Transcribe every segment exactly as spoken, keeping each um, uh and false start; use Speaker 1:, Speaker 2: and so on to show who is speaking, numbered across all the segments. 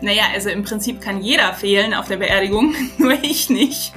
Speaker 1: Naja, also im Prinzip kann jeder fehlen auf der Beerdigung, nur ich nicht.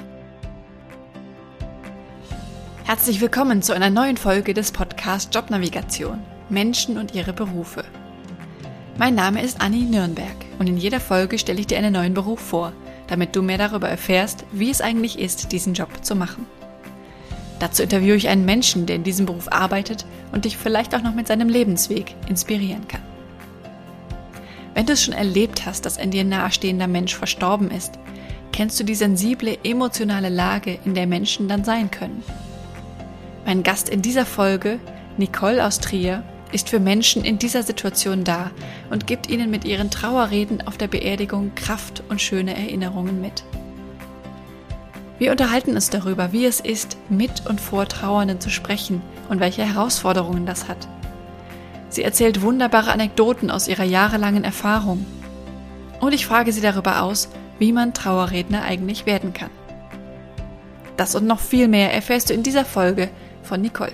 Speaker 2: Herzlich willkommen zu einer neuen Folge des Podcasts Jobnavigation – Menschen und ihre Berufe. Mein Name ist Anni Nürnberg und in jeder Folge stelle ich dir einen neuen Beruf vor, damit du mehr darüber erfährst, wie es eigentlich ist, diesen Job zu machen. Dazu interviewe ich einen Menschen, der in diesem Beruf arbeitet und dich vielleicht auch noch mit seinem Lebensweg inspirieren kann. Wenn du es schon erlebt hast, dass ein dir nahestehender Mensch verstorben ist, kennst du die sensible, emotionale Lage, in der Menschen dann sein können. Mein Gast in dieser Folge, Nicole aus Trier, ist für Menschen in dieser Situation da und gibt ihnen mit ihren Trauerreden auf der Beerdigung Kraft und schöne Erinnerungen mit. Wir unterhalten uns darüber, wie es ist, mit und vor Trauernden zu sprechen und welche Herausforderungen das hat. Sie erzählt wunderbare Anekdoten aus ihrer jahrelangen Erfahrung. Und ich frage sie darüber aus, wie man Trauerredner eigentlich werden kann. Das und noch viel mehr erfährst du in dieser Folge von Nicole.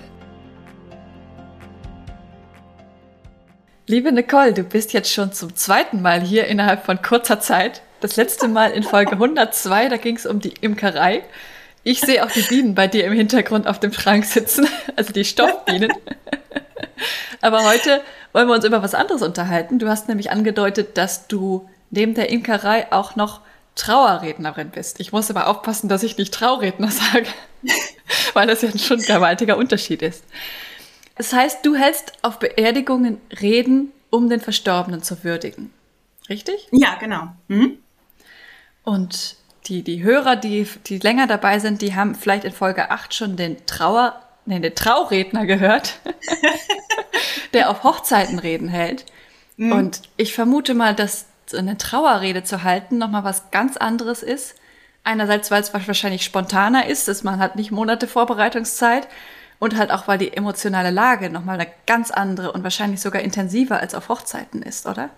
Speaker 2: Liebe Nicole, du bist jetzt schon zum zweiten Mal hier innerhalb von kurzer Zeit. Das letzte Mal in Folge hundertzwei, da ging es um die Imkerei. Ich sehe auch die Bienen bei dir im Hintergrund auf dem Schrank sitzen, also die Stoffbienen. Aber heute wollen wir uns über was anderes unterhalten. Du hast nämlich angedeutet, dass du neben der Imkerei auch noch Trauerrednerin bist. Ich muss aber aufpassen, dass ich nicht Trauredner sage, weil das ja schon ein gewaltiger Unterschied ist. Das heißt, du hältst auf Beerdigungen Reden, um den Verstorbenen zu würdigen. Richtig?
Speaker 1: Ja, genau. Mhm.
Speaker 2: Und die, die Hörer, die, die länger dabei sind, die haben vielleicht in Folge acht schon den Trauer, nee, den Trauredner gehört, der auf Hochzeiten Reden hält. Mhm. Und ich vermute mal, dass eine Trauerrede zu halten nochmal was ganz anderes ist. Einerseits, weil es wahrscheinlich spontaner ist, dass man hat nicht Monate Vorbereitungszeit und halt auch, weil die emotionale Lage nochmal eine ganz andere und wahrscheinlich sogar intensiver als auf Hochzeiten ist, oder?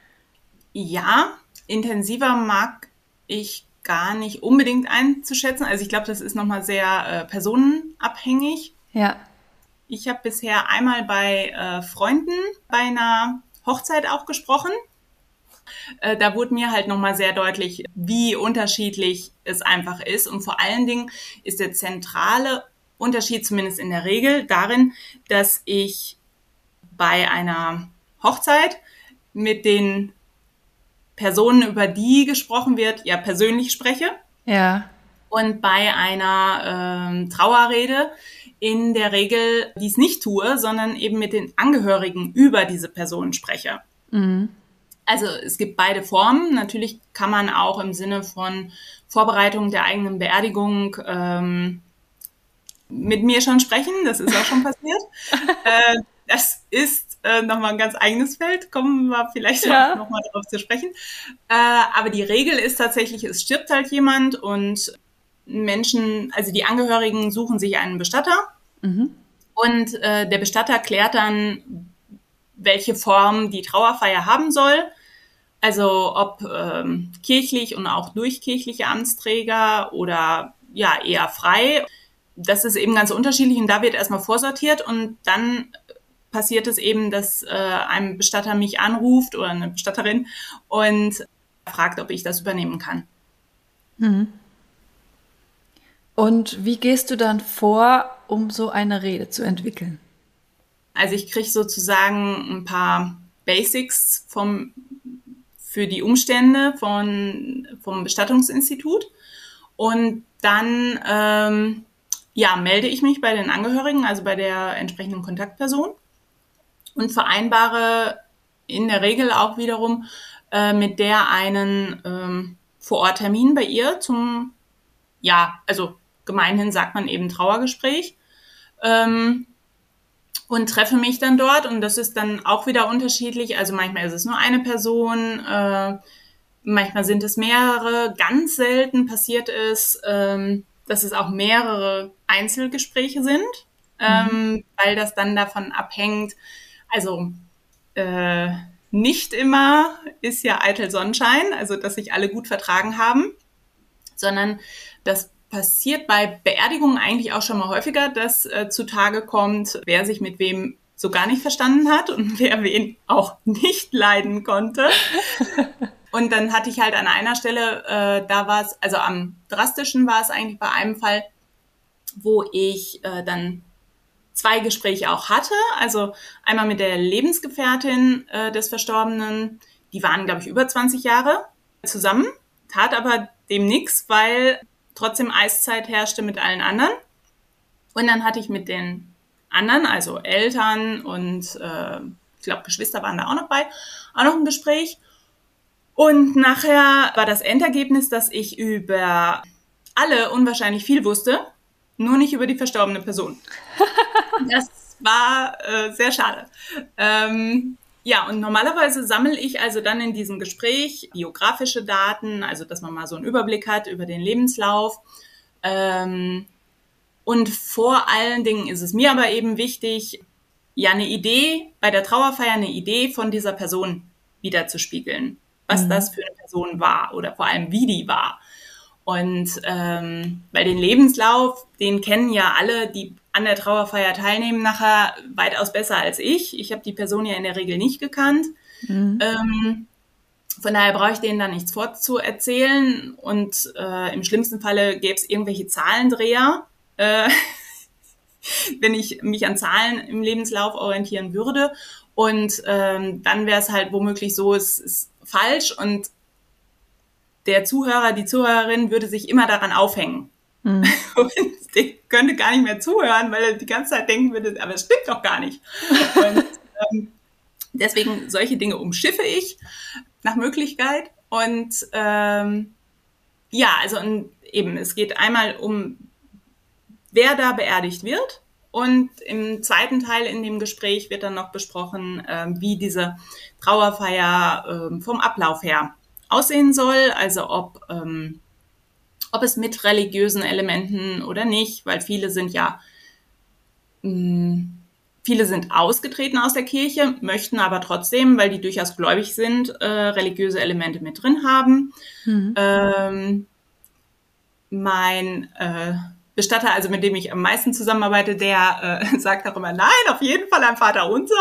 Speaker 1: Ja, intensiver mag ich gar nicht unbedingt einzuschätzen. Also ich glaube, das ist nochmal sehr äh, personenabhängig.
Speaker 2: Ja.
Speaker 1: Ich habe bisher einmal bei äh, Freunden bei einer Hochzeit auch gesprochen. Äh, da wurde mir halt nochmal sehr deutlich, wie unterschiedlich es einfach ist. Und vor allen Dingen ist der zentrale Unterschied, zumindest in der Regel, darin, dass ich bei einer Hochzeit mit den Personen, über die gesprochen wird, ja persönlich spreche.
Speaker 2: Ja.
Speaker 1: Und bei einer ähm, Trauerrede in der Regel dies nicht tue, sondern eben mit den Angehörigen über diese Person spreche.
Speaker 2: Mhm.
Speaker 1: Also es gibt beide Formen. Natürlich kann man auch im Sinne von Vorbereitung der eigenen Beerdigung ähm, mit mir schon sprechen. Das ist auch schon passiert. äh, das ist äh, nochmal ein ganz eigenes Feld. Kommen wir vielleicht
Speaker 2: ja.
Speaker 1: auch nochmal darauf zu sprechen. Äh, aber die Regel ist tatsächlich, es stirbt halt jemand und Menschen, also die Angehörigen suchen sich einen Bestatter.
Speaker 2: Mhm.
Speaker 1: Und äh, der Bestatter klärt dann, welche Form die Trauerfeier haben soll. Also ob ähm, kirchlich und auch durch kirchliche Amtsträger oder ja eher frei. Das ist eben ganz unterschiedlich und da wird erstmal vorsortiert und dann passiert es eben, dass äh, ein Bestatter mich anruft oder eine Bestatterin und fragt, ob ich das übernehmen kann.
Speaker 2: Mhm. Und wie gehst du dann vor, um so eine Rede zu entwickeln?
Speaker 1: Also ich kriege sozusagen ein paar Basics vom, für die Umstände von, vom Bestattungsinstitut und dann ähm, ja, melde ich mich bei den Angehörigen, also bei der entsprechenden Kontaktperson und vereinbare in der Regel auch wiederum äh, mit der einen ähm, Vor-Ort-Termin bei ihr zum, ja, also gemeinhin sagt man eben Trauergespräch. Ähm, Und treffe mich dann dort und das ist dann auch wieder unterschiedlich. Also manchmal ist es nur eine Person, äh, manchmal sind es mehrere. Ganz selten passiert es, ähm, dass es auch mehrere Einzelgespräche sind, ähm, mhm. weil das dann davon abhängt. Also äh, nicht immer ist ja eitel Sonnenschein, also dass sich alle gut vertragen haben, sondern das passiert bei Beerdigungen eigentlich auch schon mal häufiger, dass äh, zutage kommt, wer sich mit wem so gar nicht verstanden hat und wer wen auch nicht leiden konnte. Und dann hatte ich halt an einer Stelle, äh, da war es, also am drastischen war es eigentlich bei einem Fall, wo ich äh, dann zwei Gespräche auch hatte. Also einmal mit der Lebensgefährtin äh, des Verstorbenen, die waren, glaube ich, über zwanzig Jahre zusammen, tat aber dem nichts, weil trotzdem Eiszeit herrschte mit allen anderen. Und dann hatte ich mit den anderen, also Eltern und äh, ich glaube Geschwister waren da auch noch bei, auch noch ein Gespräch. Und nachher war das Endergebnis, dass ich über alle unwahrscheinlich viel wusste, nur nicht über die verstorbene Person. Das war äh, sehr schade. Ähm, ja, und normalerweise sammle ich also dann in diesem Gespräch biografische Daten, also dass man mal so einen Überblick hat über den Lebenslauf. Ähm, und vor allen Dingen ist es mir aber eben wichtig, ja, eine Idee, bei der Trauerfeier eine Idee von dieser Person wiederzuspiegeln, was mhm. das für eine Person war oder vor allem, wie die war. Und ähm, weil den Lebenslauf, den kennen ja alle, die an der Trauerfeier teilnehmen, nachher weitaus besser als ich. Ich habe die Person ja in der Regel nicht gekannt. Mhm. Ähm, von daher brauche ich denen da nichts vorzuerzählen. Und äh, im schlimmsten Falle gäbe es irgendwelche Zahlendreher, äh, wenn ich mich an Zahlen im Lebenslauf orientieren würde. Und ähm, dann wäre es halt womöglich so, es ist falsch und der Zuhörer, die Zuhörerin würde sich immer daran aufhängen. Mhm. Und der könnte gar nicht mehr zuhören, weil er die ganze Zeit denken würde, aber es stimmt doch gar nicht. Und ähm, deswegen solche Dinge umschiffe ich nach Möglichkeit. Und ähm, ja, also und eben, es geht einmal um, wer da beerdigt wird. Und im zweiten Teil in dem Gespräch wird dann noch besprochen, äh, wie diese Trauerfeier äh, vom Ablauf her aussehen soll, also ob, ähm, ob es mit religiösen Elementen oder nicht, weil viele sind ja, mh, viele sind ausgetreten aus der Kirche, möchten aber trotzdem, weil die durchaus gläubig sind, äh, religiöse Elemente mit drin haben. Mhm. Ähm, mein äh, Bestatter, also mit dem ich am meisten zusammenarbeite, der äh, sagt auch immer, nein, auf jeden Fall ein Vaterunser.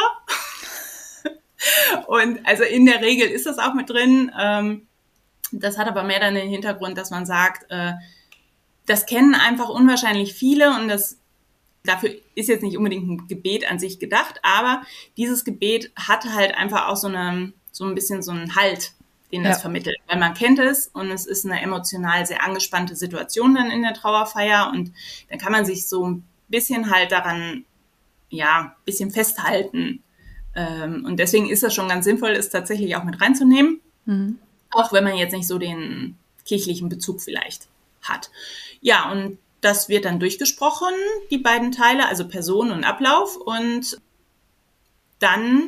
Speaker 1: Und also in der Regel ist das auch mit drin. Ähm, das hat aber mehr dann den Hintergrund, dass man sagt, äh, das kennen einfach unwahrscheinlich viele und das dafür ist jetzt nicht unbedingt ein Gebet an sich gedacht, aber dieses Gebet hat halt einfach auch so eine so ein bisschen so einen Halt, den das ja. vermittelt. Weil man kennt es und es ist eine emotional sehr angespannte Situation dann in der Trauerfeier und dann kann man sich so ein bisschen halt daran, ja, ein bisschen festhalten. Ähm, und deswegen ist das schon ganz sinnvoll, es tatsächlich auch mit reinzunehmen. Mhm. Auch wenn man jetzt nicht so den kirchlichen Bezug vielleicht hat. Ja, und das wird dann durchgesprochen, die beiden Teile, also Person und Ablauf. Und dann,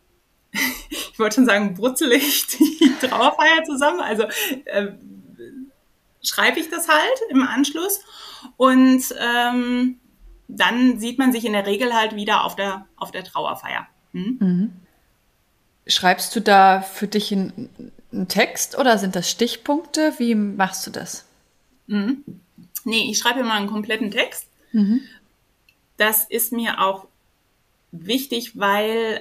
Speaker 1: ich wollte schon sagen, brutzel ich die Trauerfeier zusammen. Also äh, schreibe ich das halt im Anschluss. Und ähm, dann sieht man sich in der Regel halt wieder auf der, auf der Trauerfeier. Hm?
Speaker 2: Mhm. Schreibst du da für dich einen, einen Text oder sind das Stichpunkte? Wie machst du das?
Speaker 1: Mhm. Nee, ich schreibe immer einen kompletten Text. Mhm. Das ist mir auch wichtig, weil,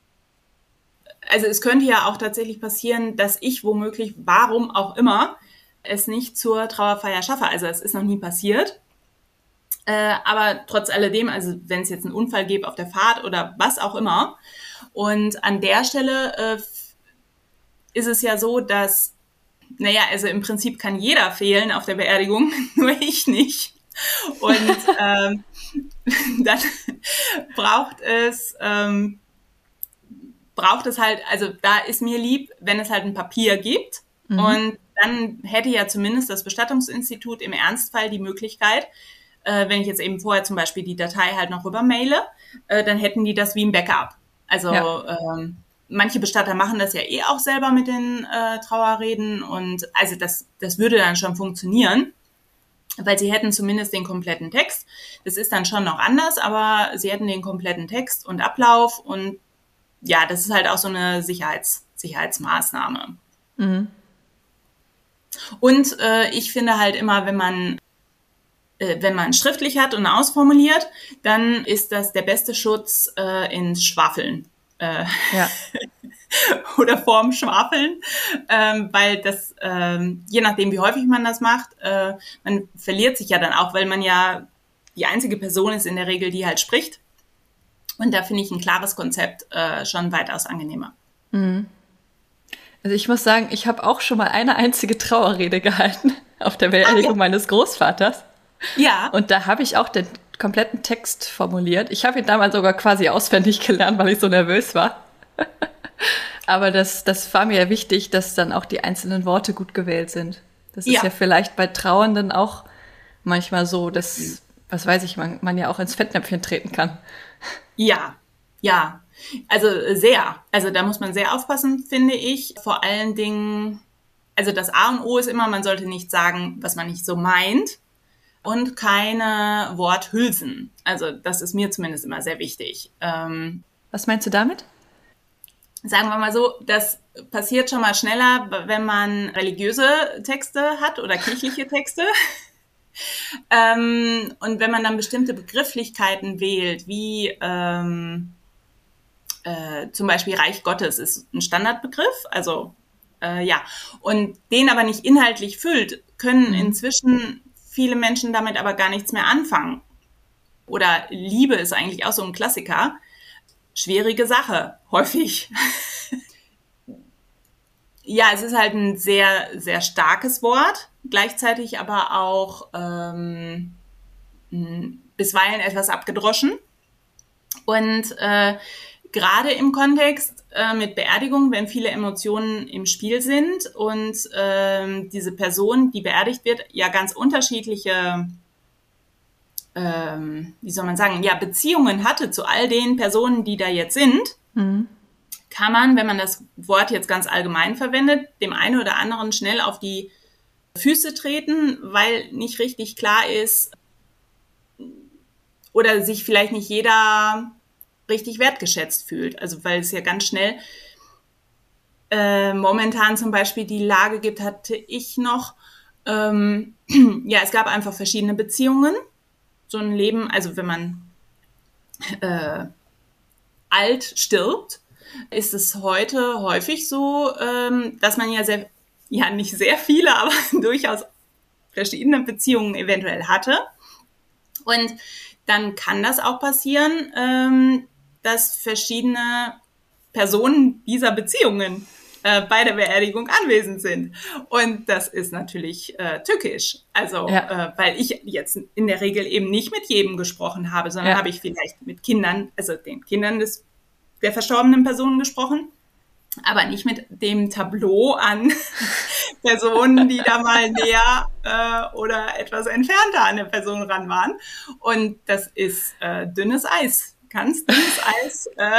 Speaker 1: also es könnte ja auch tatsächlich passieren, dass ich womöglich, warum auch immer, es nicht zur Trauerfeier schaffe. Also es ist noch nie passiert. Äh, aber trotz alledem, also wenn es jetzt einen Unfall gibt auf der Fahrt oder was auch immer. Und an der Stelle äh, ist es ja so, dass, naja, also im Prinzip kann jeder fehlen auf der Beerdigung, nur ich nicht. Und ähm, dann braucht es, ähm, braucht es halt, also da ist mir lieb, wenn es halt ein Papier gibt. Mhm. Und dann hätte ja zumindest das Bestattungsinstitut im Ernstfall die Möglichkeit, äh, wenn ich jetzt eben vorher zum Beispiel die Datei halt noch rüber maile, äh, dann hätten die das wie ein Backup. Also ja. ähm, manche Bestatter machen das ja eh auch selber mit den äh, Trauerreden und also das, das würde dann schon funktionieren, weil sie hätten zumindest den kompletten Text. Das ist dann schon noch anders, aber sie hätten den kompletten Text und Ablauf und ja, das ist halt auch so eine Sicherheits, Sicherheitsmaßnahme. Mhm. Und äh, ich finde halt immer, wenn man äh, wenn man schriftlich hat und ausformuliert, dann ist das der beste Schutz äh, ins Schwafeln. Äh,
Speaker 2: ja.
Speaker 1: oder vorm Schwafeln, ähm, weil das, ähm, je nachdem, wie häufig man das macht, äh, man verliert sich ja dann auch, weil man ja die einzige Person ist in der Regel, die halt spricht. Und da finde ich ein klares Konzept äh, schon weitaus angenehmer.
Speaker 2: Mhm. Also ich muss sagen, ich habe auch schon mal eine einzige Trauerrede gehalten auf der Beerdigung ah, ja. meines Großvaters.
Speaker 1: Ja.
Speaker 2: Und da habe ich auch den kompletten Text formuliert. Ich habe ihn damals sogar quasi auswendig gelernt, weil ich so nervös war. Aber das, das war mir wichtig, dass dann auch die einzelnen Worte gut gewählt sind. Das ist ja, ja vielleicht bei Trauernden auch manchmal so, dass, was weiß ich, man, man ja auch ins Fettnäpfchen treten kann.
Speaker 1: Ja, ja. Also sehr. Also da muss man sehr aufpassen, finde ich. Vor allen Dingen, also das A und O ist immer, man sollte nicht sagen, was man nicht so meint. Und keine Worthülsen. Also das ist mir zumindest immer sehr wichtig. Ähm,
Speaker 2: Was meinst du damit?
Speaker 1: Sagen wir mal so, das passiert schon mal schneller, wenn man religiöse Texte hat oder kirchliche Texte. ähm, und wenn man dann bestimmte Begrifflichkeiten wählt, wie ähm, äh, zum Beispiel Reich Gottes ist ein Standardbegriff, also äh, ja, und den aber nicht inhaltlich füllt, können mhm. inzwischen viele Menschen damit aber gar nichts mehr anfangen. Oder Liebe ist eigentlich auch so ein Klassiker. Schwierige Sache, häufig. Ja, es ist halt ein sehr, sehr starkes Wort, gleichzeitig aber auch ähm, bisweilen etwas abgedroschen. Und äh, gerade im Kontext äh, mit Beerdigung, wenn viele Emotionen im Spiel sind und ähm, diese Person, die beerdigt wird, ja ganz unterschiedliche, ähm, wie soll man sagen, ja Beziehungen hatte zu all den Personen, die da jetzt sind, mhm. kann man, wenn man das Wort jetzt ganz allgemein verwendet, dem einen oder anderen schnell auf die Füße treten, weil nicht richtig klar ist oder sich vielleicht nicht jeder richtig wertgeschätzt fühlt. Also weil es ja ganz schnell äh, momentan zum Beispiel die Lage gibt, hatte ich noch, ähm, ja, es gab einfach verschiedene Beziehungen. So ein Leben, also wenn man äh, alt stirbt, ist es heute häufig so, ähm, dass man ja sehr, ja nicht sehr viele, aber durchaus verschiedene Beziehungen eventuell hatte. Und dann kann das auch passieren, ähm, dass verschiedene Personen dieser Beziehungen äh, bei der Beerdigung anwesend sind. Und das ist natürlich äh, tückisch. Also, ja. äh, weil ich jetzt in der Regel eben nicht mit jedem gesprochen habe, sondern ja. habe ich vielleicht mit Kindern, also den Kindern des, der verstorbenen Personen gesprochen, aber nicht mit dem Tableau an Personen, die da mal näher äh, oder etwas entfernter an der Person ran waren. Und das ist äh, dünnes Eis, ganz dünnes Eis. Äh,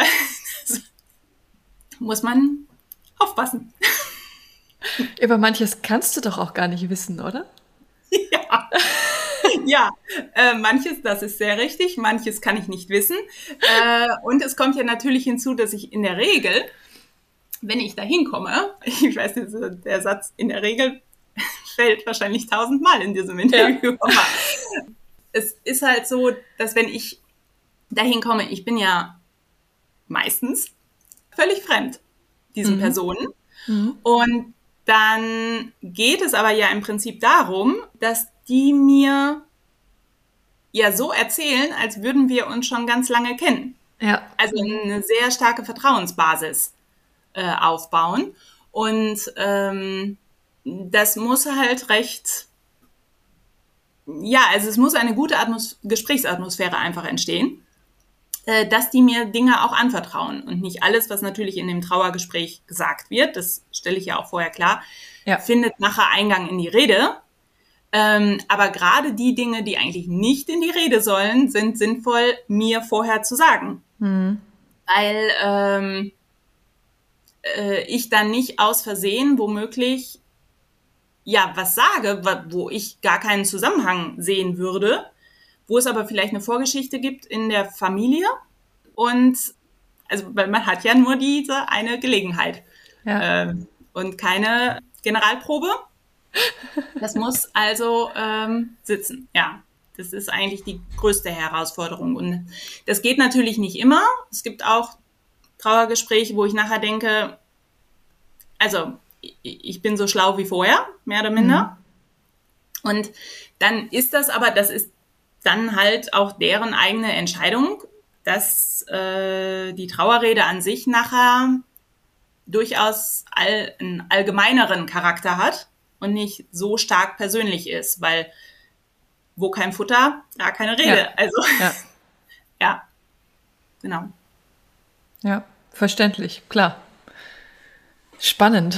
Speaker 1: muss man aufpassen.
Speaker 2: Über manches kannst du doch auch gar nicht wissen, oder?
Speaker 1: Ja, ja äh, manches, das ist sehr richtig, manches kann ich nicht wissen. Äh, und es kommt ja natürlich hinzu, dass ich in der Regel, wenn ich da hinkomme, ich weiß nicht, der Satz in der Regel fällt wahrscheinlich tausendmal in diesem Interview, ja. aber es ist halt so, dass wenn ich da hinkomme, ich bin ja meistens völlig fremd diesen mhm. Personen. Mhm. Und dann geht es aber ja im Prinzip darum, dass die mir ja so erzählen, als würden wir uns schon ganz lange kennen.
Speaker 2: Ja.
Speaker 1: Also eine sehr starke Vertrauensbasis äh, aufbauen. Und ähm, das muss halt recht, ja, also es muss eine gute Atmos- Gesprächsatmosphäre einfach entstehen, dass die mir Dinge auch anvertrauen und nicht alles, was natürlich in dem Trauergespräch gesagt wird, das stelle ich ja auch vorher klar, ja. findet nachher Eingang in die Rede. Ähm, aber gerade die Dinge, die eigentlich nicht in die Rede sollen, sind sinnvoll, mir vorher zu sagen. Mhm. Weil ähm, äh, ich dann nicht aus Versehen womöglich ja was sage, wo ich gar keinen Zusammenhang sehen würde, wo es aber vielleicht eine Vorgeschichte gibt in der Familie und also weil man hat ja nur diese eine Gelegenheit ja. ähm, und keine Generalprobe. Das muss also ähm, sitzen, ja. Das ist eigentlich die größte Herausforderung und das geht natürlich nicht immer. Es gibt auch Trauergespräche, wo ich nachher denke, also ich bin so schlau wie vorher, mehr oder minder. Mhm. Und dann ist das aber, das ist dann halt auch deren eigene Entscheidung, dass äh, die Trauerrede an sich nachher durchaus all, einen allgemeineren Charakter hat und nicht so stark persönlich ist, weil wo kein Futter, da keine Rede.
Speaker 2: Ja.
Speaker 1: Also
Speaker 2: ja.
Speaker 1: ja, genau.
Speaker 2: Ja, verständlich, klar. Spannend.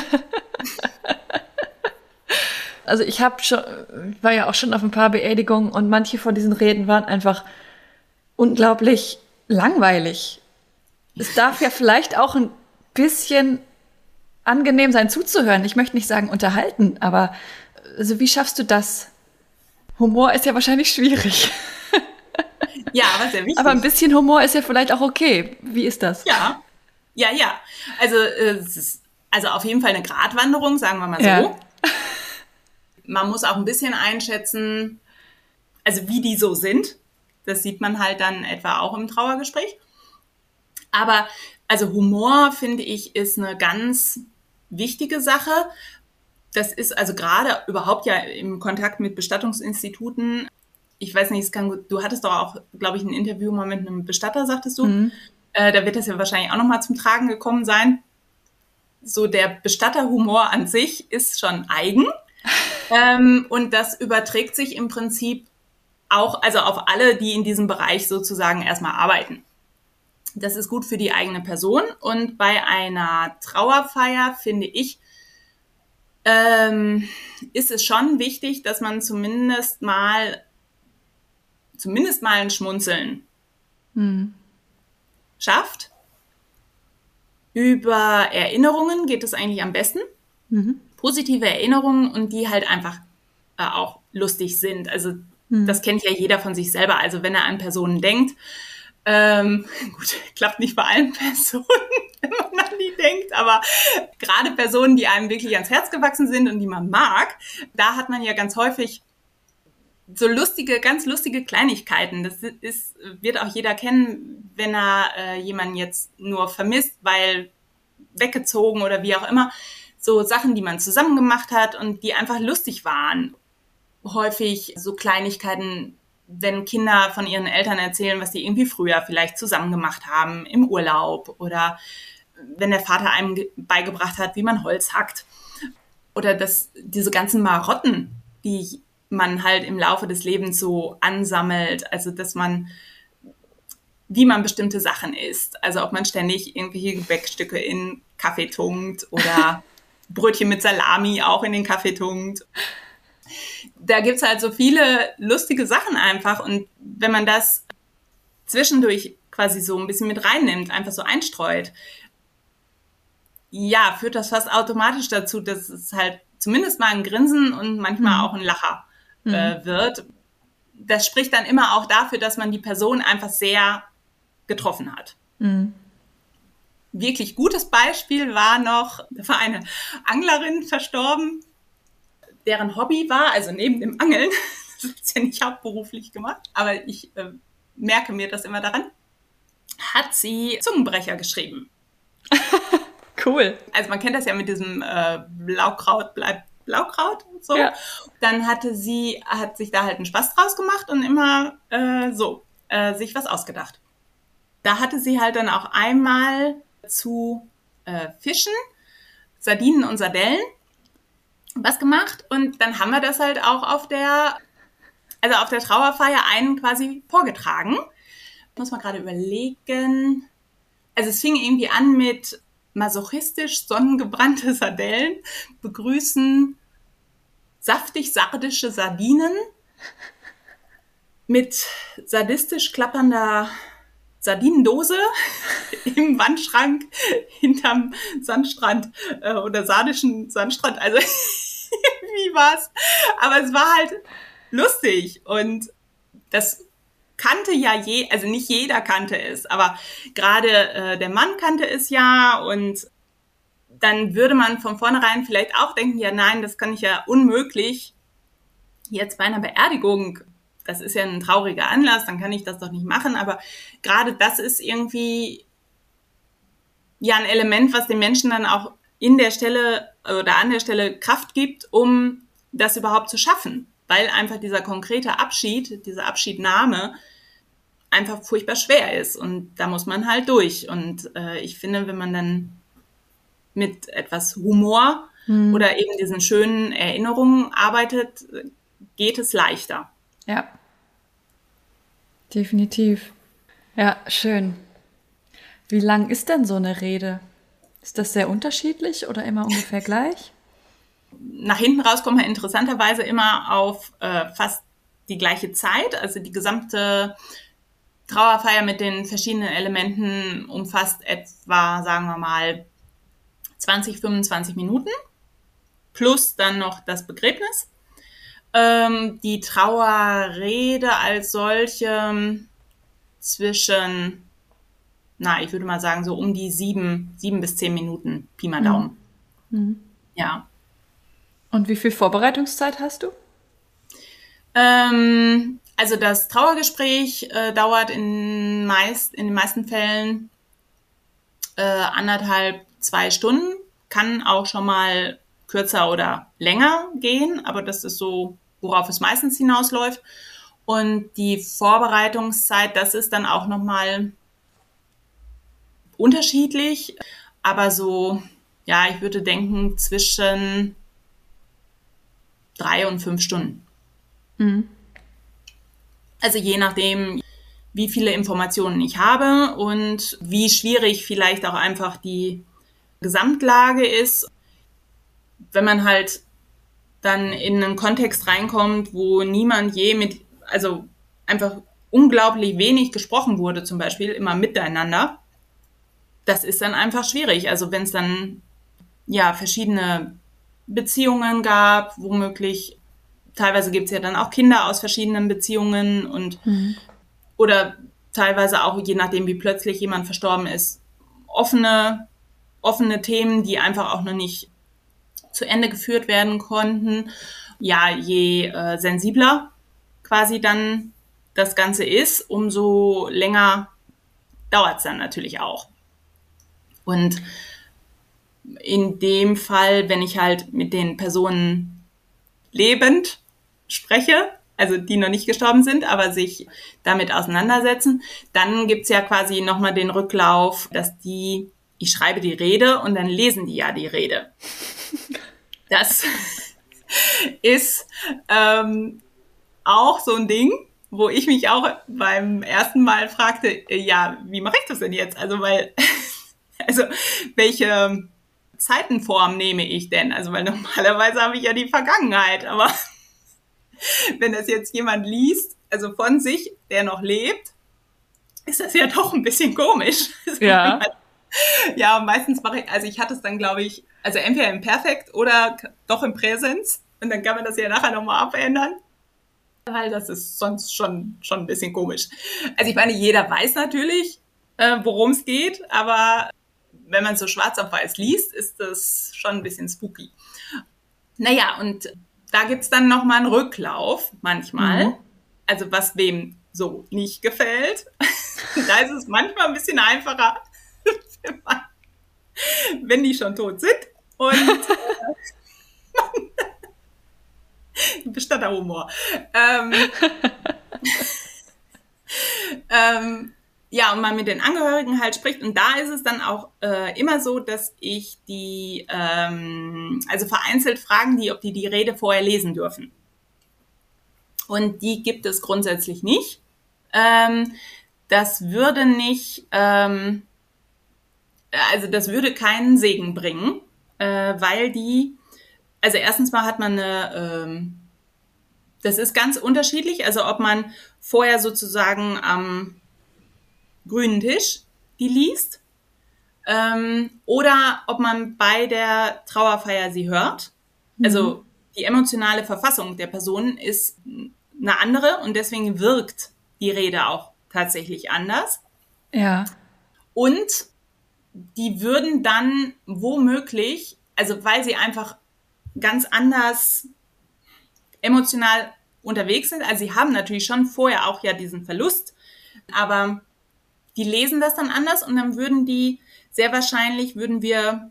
Speaker 2: Also ich habe schon, war ja auch schon auf ein paar Beerdigungen und manche von diesen Reden waren einfach unglaublich langweilig. Es darf ja vielleicht auch ein bisschen angenehm sein zuzuhören. Ich möchte nicht sagen unterhalten, aber also wie schaffst du das? Humor ist ja wahrscheinlich schwierig.
Speaker 1: Ja, aber sehr wichtig.
Speaker 2: Aber ein bisschen Humor ist ja vielleicht auch okay. Wie ist das?
Speaker 1: Ja, ja, ja. Also äh, es ist also auf jeden Fall eine Gratwanderung, sagen wir mal so.
Speaker 2: Ja.
Speaker 1: Man muss auch ein bisschen einschätzen, also wie die so sind. Das sieht man halt dann etwa auch im Trauergespräch. Aber also Humor, finde ich, ist eine ganz wichtige Sache. Das ist also gerade überhaupt ja im Kontakt mit Bestattungsinstituten. Ich weiß nicht, es kann, du hattest doch auch, glaube ich, ein Interview mal mit einem Bestatter, sagtest du. Mhm. Äh, da wird das ja wahrscheinlich auch nochmal zum Tragen gekommen sein. So der Bestatterhumor an sich ist schon eigen. ähm, und das überträgt sich im Prinzip auch, also auf alle, die in diesem Bereich sozusagen erstmal arbeiten. Das ist gut für die eigene Person. Und bei einer Trauerfeier, finde ich, ähm, ist es schon wichtig, dass man zumindest mal zumindest mal ein Schmunzeln hm. schafft. Über Erinnerungen geht es eigentlich am besten. Mhm. Positive Erinnerungen und die halt einfach äh, auch lustig sind. Also mhm. das kennt ja jeder von sich selber. Also wenn er an Personen denkt, ähm, gut, klappt nicht bei allen Personen, wenn man an die denkt, aber gerade Personen, die einem wirklich ans Herz gewachsen sind und die man mag, da hat man ja ganz häufig so lustige, ganz lustige Kleinigkeiten. Das ist, wird auch jeder kennen, wenn er äh, jemanden jetzt nur vermisst, weil weggezogen oder wie auch immer. So Sachen, die man zusammen gemacht hat und die einfach lustig waren. Häufig so Kleinigkeiten, wenn Kinder von ihren Eltern erzählen, was die irgendwie früher vielleicht zusammen gemacht haben im Urlaub oder wenn der Vater einem beigebracht hat, wie man Holz hackt. Oder dass diese ganzen Marotten, die man halt im Laufe des Lebens so ansammelt, also dass man, wie man bestimmte Sachen isst, also ob man ständig irgendwelche Gebäckstücke in Kaffee tunkt oder Brötchen mit Salami auch in den Kaffee tunkt. Da gibt's halt so viele lustige Sachen einfach und wenn man das zwischendurch quasi so ein bisschen mit reinnimmt, einfach so einstreut, ja, führt das fast automatisch dazu, dass es halt zumindest mal ein Grinsen und manchmal mhm. auch ein Lacher äh, wird. Das spricht dann immer auch dafür, dass man die Person einfach sehr getroffen hat. Mhm. Wirklich gutes Beispiel war noch, da war eine Anglerin verstorben, deren Hobby war, also neben dem Angeln, das ist ja nicht hauptberuflich gemacht, aber ich äh, merke mir das immer daran, hat sie Zungenbrecher geschrieben.
Speaker 2: Cool.
Speaker 1: Also man kennt das ja mit diesem äh, Blaukraut bleibt Blaukraut und so. Ja. Dann hatte sie, hat sich da halt einen Spaß draus gemacht und immer äh, so äh, sich was ausgedacht. Da hatte sie halt dann auch einmal zu äh, Fischen, Sardinen und Sardellen was gemacht und dann haben wir das halt auch auf der, also auf der Trauerfeier einen quasi vorgetragen. Muss man gerade überlegen. Also es fing irgendwie an mit masochistisch sonnengebrannte Sardellen begrüßen saftig-sardische Sardinen mit sadistisch klappernder Sardinendose im Wandschrank hinterm Sandstrand äh, oder sardischen Sandstrand. Also wie war's? Aber es war halt lustig und das kannte ja je, also nicht jeder kannte es, aber gerade äh, der Mann kannte es ja und dann würde man von vornherein vielleicht auch denken, ja nein, das kann ich ja unmöglich jetzt bei einer Beerdigung, das ist ja ein trauriger Anlass, dann kann ich das doch nicht machen, aber gerade das ist irgendwie ja ein Element, was den Menschen dann auch in der Stelle oder an der Stelle Kraft gibt, um das überhaupt zu schaffen. Weil einfach dieser konkrete Abschied, diese Abschiednahme einfach furchtbar schwer ist. Und da muss man halt durch. Und äh, ich finde, wenn man dann mit etwas Humor hm. oder eben diesen schönen Erinnerungen arbeitet, geht es leichter.
Speaker 2: Ja, definitiv. Ja, schön. Wie lang ist denn so eine Rede? Ist das sehr unterschiedlich oder immer ungefähr gleich?
Speaker 1: Nach hinten raus kommt man interessanterweise immer auf äh, fast die gleiche Zeit. Also die gesamte Trauerfeier mit den verschiedenen Elementen umfasst etwa, sagen wir mal, zwanzig, fünfundzwanzig Minuten plus dann noch das Begräbnis. Ähm, die Trauerrede als solche zwischen, na, ich würde mal sagen, so um die sieben, sieben bis zehn Minuten, Pi mal Daumen.
Speaker 2: Mhm.
Speaker 1: Ja.
Speaker 2: Und wie viel Vorbereitungszeit hast du?
Speaker 1: Ähm, also das Trauergespräch äh, dauert in, meist, in den meisten Fällen äh, anderthalb, zwei Stunden. Kann auch schon mal kürzer oder länger gehen, aber das ist so, worauf es meistens hinausläuft. Und die Vorbereitungszeit, das ist dann auch nochmal unterschiedlich, aber so, ja, ich würde denken, zwischen drei und fünf Stunden.
Speaker 2: Mhm.
Speaker 1: Also je nachdem, wie viele Informationen ich habe und wie schwierig vielleicht auch einfach die Gesamtlage ist. Wenn man halt dann in einen Kontext reinkommt, wo niemand je mit, also einfach unglaublich wenig gesprochen wurde, zum Beispiel immer miteinander, das ist dann einfach schwierig. Also wenn es dann ja verschiedene Beziehungen gab, womöglich, teilweise gibt es ja dann auch Kinder aus verschiedenen Beziehungen und mhm. oder teilweise auch, je nachdem wie plötzlich jemand verstorben ist, offene, offene Themen, die einfach auch noch nicht zu Ende geführt werden konnten. Ja, je äh, sensibler quasi dann das Ganze ist, umso länger dauert es dann natürlich auch. Und in dem Fall, wenn ich halt mit den Personen lebend spreche, also die noch nicht gestorben sind, aber sich damit auseinandersetzen, dann gibt's ja quasi nochmal den Rücklauf, dass die, ich schreibe die Rede und dann lesen die ja die Rede. Das ist ähm, auch so ein Ding, wo ich mich auch beim ersten Mal fragte, ja, wie mache ich das denn jetzt? Also, weil, also, welche Zeitenform nehme ich denn? Also, weil normalerweise habe ich ja die Vergangenheit, aber wenn das jetzt jemand liest, also von sich, der noch lebt, ist das ja doch ein bisschen komisch.
Speaker 2: Ja.
Speaker 1: Ja, meistens mache ich, also ich hatte es dann, glaube ich, also entweder im Perfekt oder doch im Präsens. Und dann kann man das ja nachher nochmal abändern. Weil das ist sonst schon, schon ein bisschen komisch. Also ich meine, jeder weiß natürlich, äh, worum es geht, aber wenn man so schwarz auf weiß liest, ist das schon ein bisschen spooky. Naja, und da gibt's dann nochmal einen Rücklauf manchmal. Mhm. Also was wem so nicht gefällt. Da ist es manchmal ein bisschen einfacher, wenn, man, wenn die schon tot sind. Und Bestatterhumor. Ähm, ähm, ja, und man mit den Angehörigen halt spricht. Und da ist es dann auch äh, immer so, dass ich die, ähm, also vereinzelt fragen die, ob die die Rede vorher lesen dürfen. Und die gibt es grundsätzlich nicht. Ähm, das würde nicht, ähm, also das würde keinen Segen bringen, äh, weil die, also erstens mal hat man eine, ähm, das ist ganz unterschiedlich, also ob man vorher sozusagen am grünen Tisch die liest ähm, oder ob man bei der Trauerfeier sie hört. Mhm. Also die emotionale Verfassung der Person ist eine andere und deswegen wirkt die Rede auch tatsächlich anders.
Speaker 2: Ja.
Speaker 1: Und die würden dann womöglich, also weil sie einfach ganz anders emotional unterwegs sind, also sie haben natürlich schon vorher auch ja diesen Verlust, aber die lesen das dann anders und dann würden die, sehr wahrscheinlich würden wir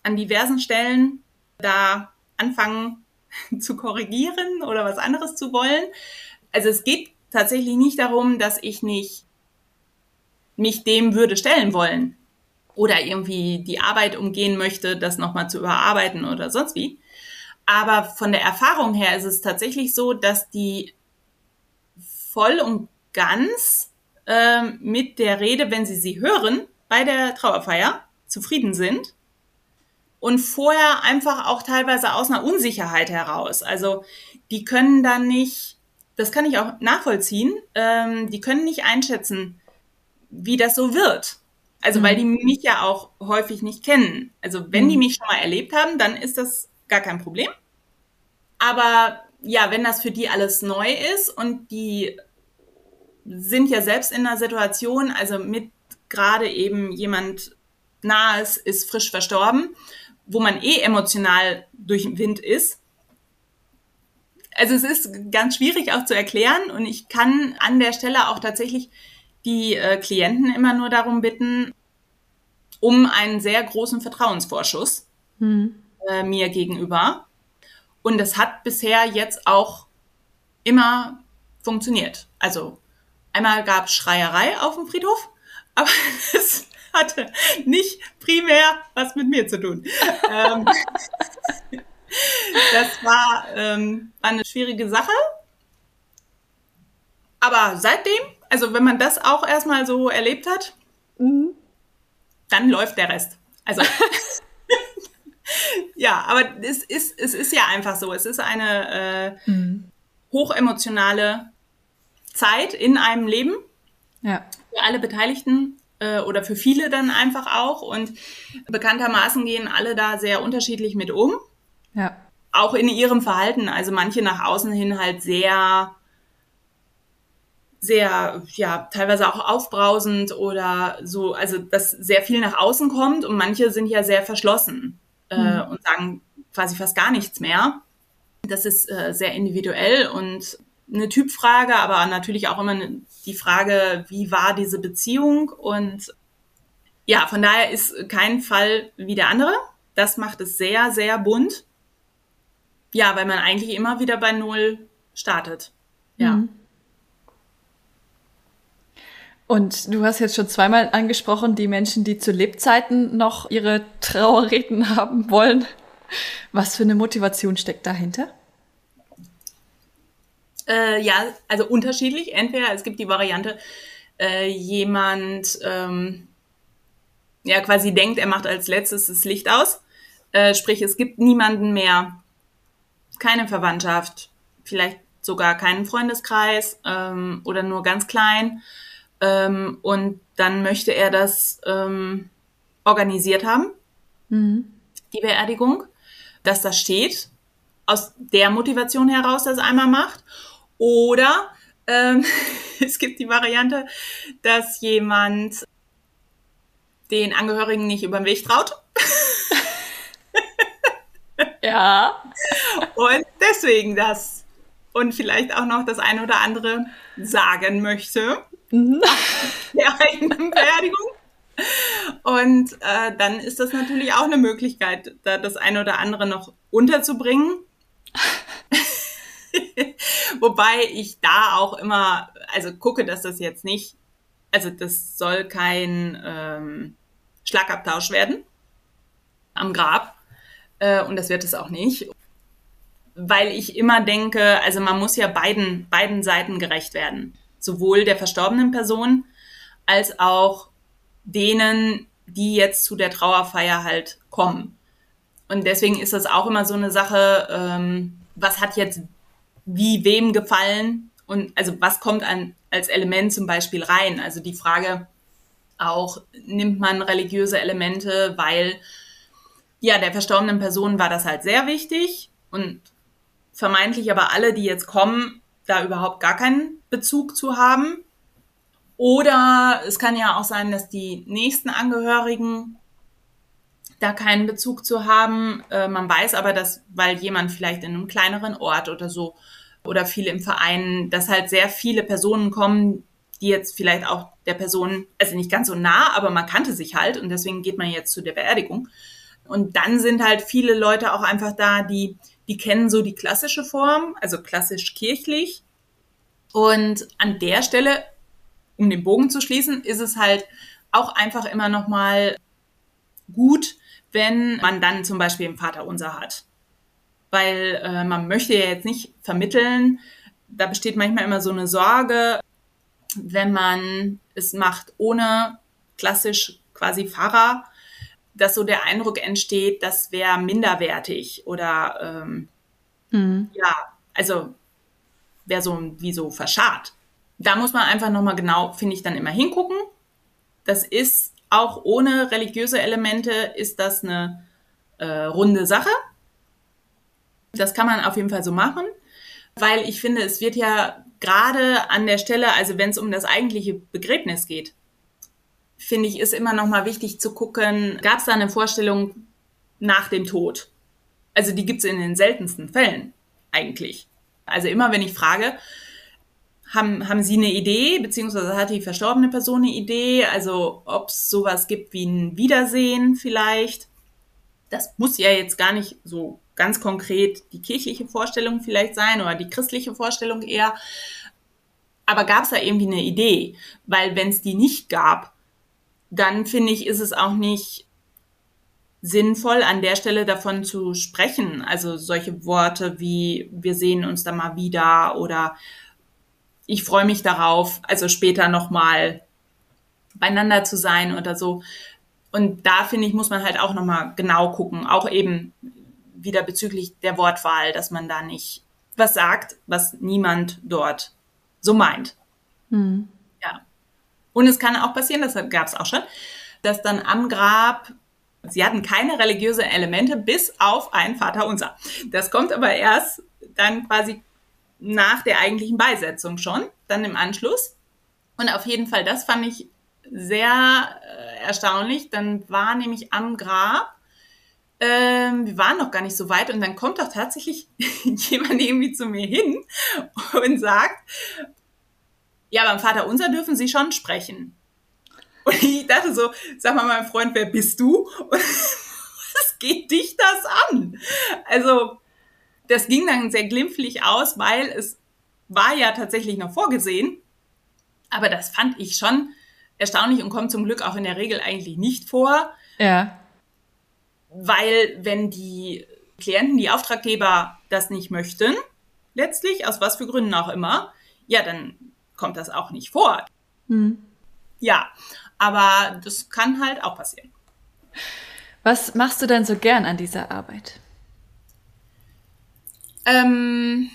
Speaker 1: an diversen Stellen da anfangen zu korrigieren oder was anderes zu wollen. Also es geht tatsächlich nicht darum, dass ich nicht mich dem würde stellen wollen oder irgendwie die Arbeit umgehen möchte, das nochmal zu überarbeiten oder sonst wie. Aber von der Erfahrung her ist es tatsächlich so, dass die voll und ganz äh, mit der Rede, wenn sie sie hören, bei der Trauerfeier zufrieden sind. Und vorher einfach auch teilweise aus einer Unsicherheit heraus. Also die können dann nicht, das kann ich auch nachvollziehen, ähm, die können nicht einschätzen, wie das so wird. Also mhm. weil die mich ja auch häufig nicht kennen. Also wenn mhm. die mich schon mal erlebt haben, dann ist das gar kein Problem. Aber ja, wenn das für die alles neu ist und die sind ja selbst in einer Situation, also mit gerade eben jemand Nahes ist frisch verstorben, wo man eh emotional durch den Wind ist. Also es ist ganz schwierig auch zu erklären und ich kann an der Stelle auch tatsächlich die äh, Klienten immer nur darum bitten, um einen sehr großen Vertrauensvorschuss hm. äh, mir gegenüber. Und das hat bisher jetzt auch immer funktioniert. Also einmal gab es Schreierei auf dem Friedhof, aber das hatte nicht primär was mit mir zu tun. ähm, das war, ähm, war eine schwierige Sache. Aber seitdem, also wenn man das auch erstmal so erlebt hat, mhm. dann läuft der Rest. Also ja, aber es ist, es ist ja einfach so. Es ist eine äh, mhm. hochemotionale Zeit in einem Leben. Ja. Für alle Beteiligten. Oder für viele dann einfach auch. Und bekanntermaßen gehen alle da sehr unterschiedlich mit um. Ja. Auch in ihrem Verhalten. Also manche nach außen hin halt sehr, sehr, ja, teilweise auch aufbrausend oder so. Also, dass sehr viel nach außen kommt. Und manche sind ja sehr verschlossen mhm. äh, und sagen quasi fast gar nichts mehr. Das ist äh, sehr individuell und eine Typfrage, aber natürlich auch immer die Frage, wie war diese Beziehung? Und ja, von daher ist kein Fall wie der andere. Das macht es sehr, sehr bunt. Ja, weil man eigentlich immer wieder bei Null startet. Ja. Mhm.
Speaker 2: Und du hast jetzt schon zweimal angesprochen, die Menschen, die zu Lebzeiten noch ihre Trauerreden haben wollen. Was für eine Motivation steckt dahinter?
Speaker 1: Äh, ja, also unterschiedlich. Entweder es gibt die Variante, äh, jemand ähm, ja quasi denkt, er macht als letztes das Licht aus. Äh, sprich, es gibt niemanden mehr, keine Verwandtschaft, vielleicht sogar keinen Freundeskreis ähm, oder nur ganz klein. Ähm, und dann möchte er das ähm, organisiert haben, mhm. die Beerdigung, dass das steht, aus der Motivation heraus das einmal macht. Oder ähm, es gibt die Variante, dass jemand den Angehörigen nicht über den Weg traut.
Speaker 2: Ja.
Speaker 1: Und deswegen das und vielleicht auch noch das eine oder andere sagen möchte mhm. der eigenen Beerdigung. Und äh, dann ist das natürlich auch eine Möglichkeit, da das eine oder andere noch unterzubringen. Wobei ich da auch immer, also gucke, dass das jetzt nicht, also das soll kein ähm, Schlagabtausch werden am Grab. Äh, und das wird es auch nicht. Weil ich immer denke, also man muss ja beiden, beiden Seiten gerecht werden. Sowohl der verstorbenen Person als auch denen, die jetzt zu der Trauerfeier halt kommen. Und deswegen ist das auch immer so eine Sache, ähm, was hat jetzt wie wem gefallen und also was kommt an, als Element zum Beispiel rein. Also die Frage auch, nimmt man religiöse Elemente, weil ja der verstorbenen Person war das halt sehr wichtig und vermeintlich aber alle, die jetzt kommen, da überhaupt gar keinen Bezug zu haben. Oder es kann ja auch sein, dass die nächsten Angehörigen da keinen Bezug zu haben. Äh, man weiß aber, dass, weil jemand vielleicht in einem kleineren Ort oder so oder viele im Verein, dass halt sehr viele Personen kommen, die jetzt vielleicht auch der Person, also nicht ganz so nah, aber man kannte sich halt und deswegen geht man jetzt zu der Beerdigung. Und dann sind halt viele Leute auch einfach da, die, die kennen so die klassische Form, also klassisch kirchlich. Und an der Stelle, um den Bogen zu schließen, ist es halt auch einfach immer noch mal gut, wenn man dann zum Beispiel ein Vaterunser hat. Weil äh, man möchte ja jetzt nicht vermitteln, da besteht manchmal immer so eine Sorge, wenn man es macht ohne klassisch quasi Pfarrer, dass so der Eindruck entsteht, das wäre minderwertig oder ähm, mhm. ja, also wäre so wie so verscharrt. Da muss man einfach nochmal genau, finde ich, dann immer hingucken. Das ist auch ohne religiöse Elemente, ist das eine äh, runde Sache. Das kann man auf jeden Fall so machen, weil ich finde, es wird ja gerade an der Stelle, also wenn es um das eigentliche Begräbnis geht, finde ich, ist immer noch mal wichtig zu gucken, gab es da eine Vorstellung nach dem Tod? Also die gibt es in den seltensten Fällen eigentlich. Also immer, wenn ich frage, haben, haben Sie eine Idee, beziehungsweise hat die verstorbene Person eine Idee, also ob es sowas gibt wie ein Wiedersehen vielleicht. Das muss ja jetzt gar nicht so ganz konkret die kirchliche Vorstellung vielleicht sein oder die christliche Vorstellung eher. Aber gab es da irgendwie eine Idee? Weil wenn es die nicht gab, dann finde ich, ist es auch nicht sinnvoll, an der Stelle davon zu sprechen. Also solche Worte wie, wir sehen uns dann mal wieder oder ich freue mich darauf, also später nochmal beieinander zu sein oder so. Und da, finde ich, muss man halt auch nochmal genau gucken, auch eben wieder bezüglich der Wortwahl, dass man da nicht was sagt, was niemand dort so meint. Mhm. Ja. Und es kann auch passieren, das gab es auch schon, dass dann am Grab, sie hatten keine religiösen Elemente, bis auf ein Vaterunser. Das kommt aber erst dann quasi nach der eigentlichen Beisetzung schon, dann im Anschluss. Und auf jeden Fall, das fand ich sehr äh, erstaunlich. Dann war nämlich am Grab, ähm, wir waren noch gar nicht so weit und dann kommt doch tatsächlich jemand irgendwie zu mir hin und sagt, ja, beim Vaterunser dürfen Sie schon sprechen. Und ich dachte so, sag mal, mein Freund, wer bist du? Und was geht dich das an? Also, das ging dann sehr glimpflich aus, weil es war ja tatsächlich noch vorgesehen. Aber das fand ich schon erstaunlich und kommt zum Glück auch in der Regel eigentlich nicht vor.
Speaker 2: Ja.
Speaker 1: Weil wenn die Klienten, die Auftraggeber das nicht möchten, letztlich, aus was für Gründen auch immer, ja, dann kommt das auch nicht vor. Hm. Ja, aber das kann halt auch passieren.
Speaker 2: Was machst du denn so gern an dieser Arbeit?
Speaker 1: Ähm,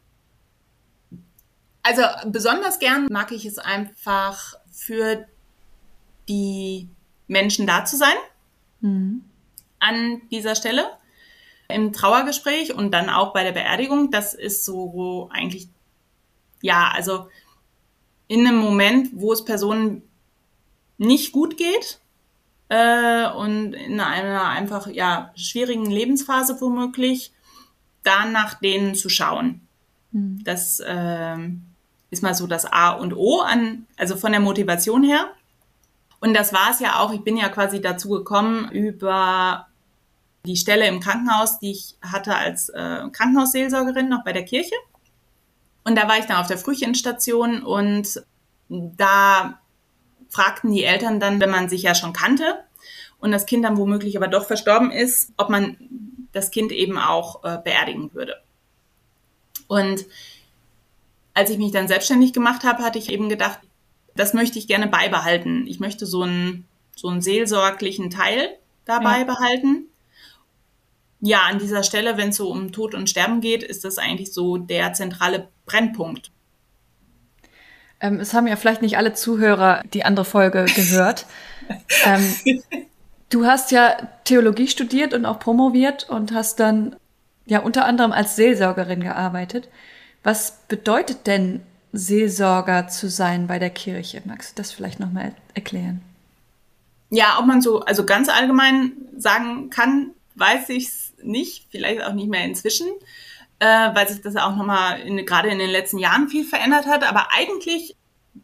Speaker 1: also besonders gern mag ich es einfach, für die Menschen da zu sein, mhm. an dieser Stelle, im Trauergespräch und dann auch bei der Beerdigung. Das ist so eigentlich, ja, also in einem Moment, wo es Personen nicht gut geht äh, und in einer einfach ja schwierigen Lebensphase womöglich, da nach denen zu schauen. Mhm. Das äh, ist mal so das A und O, an, also von der Motivation her. Und das war es ja auch, ich bin ja quasi dazu gekommen über die Stelle im Krankenhaus, die ich hatte als äh, Krankenhausseelsorgerin noch bei der Kirche. Und da war ich dann auf der Frühchenstation und da fragten die Eltern dann, wenn man sich ja schon kannte und das Kind dann womöglich aber doch verstorben ist, ob man das Kind eben auch äh, beerdigen würde. Und als ich mich dann selbstständig gemacht habe, hatte ich eben gedacht, das möchte ich gerne beibehalten. Ich möchte so einen, so einen seelsorglichen Teil dabei ja. behalten. Ja, an dieser Stelle, wenn es so um Tod und Sterben geht, ist das eigentlich so der zentrale Brennpunkt.
Speaker 2: Ähm, es haben ja vielleicht nicht alle Zuhörer die andere Folge gehört. ähm, du hast ja Theologie studiert und auch promoviert und hast dann ja unter anderem als Seelsorgerin gearbeitet. Was bedeutet denn Seelsorger zu sein bei der Kirche? Magst du das vielleicht nochmal erklären?
Speaker 1: Ja, ob man so also ganz allgemein sagen kann, weiß ich es nicht, vielleicht auch nicht mehr inzwischen, äh, weil sich das auch nochmal gerade in den letzten Jahren viel verändert hat. Aber eigentlich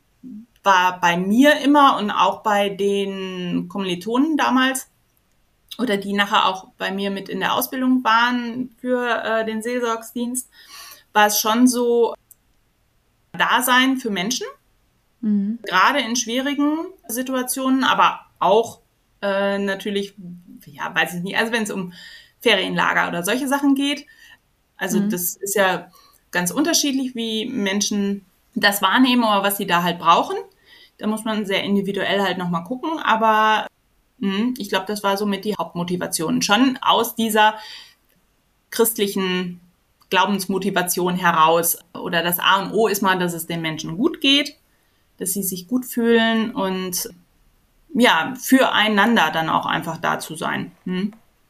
Speaker 1: war bei mir immer und auch bei den Kommilitonen damals oder die nachher auch bei mir mit in der Ausbildung waren für äh, den Seelsorgsdienst, war es schon so, Dasein für Menschen, mhm. gerade in schwierigen Situationen, aber auch äh, natürlich, ja, weiß ich nicht, also wenn es um Ferienlager oder solche Sachen geht. Also mhm. das ist ja ganz unterschiedlich, wie Menschen das wahrnehmen oder was sie da halt brauchen. Da muss man sehr individuell halt nochmal gucken, aber mh, ich glaube, das war somit die Hauptmotivation. Schon aus dieser christlichen Glaubensmotivation heraus. Oder das A und O ist mal, dass es den Menschen gut geht, dass sie sich gut fühlen und ja, füreinander dann auch einfach da zu sein. Hm?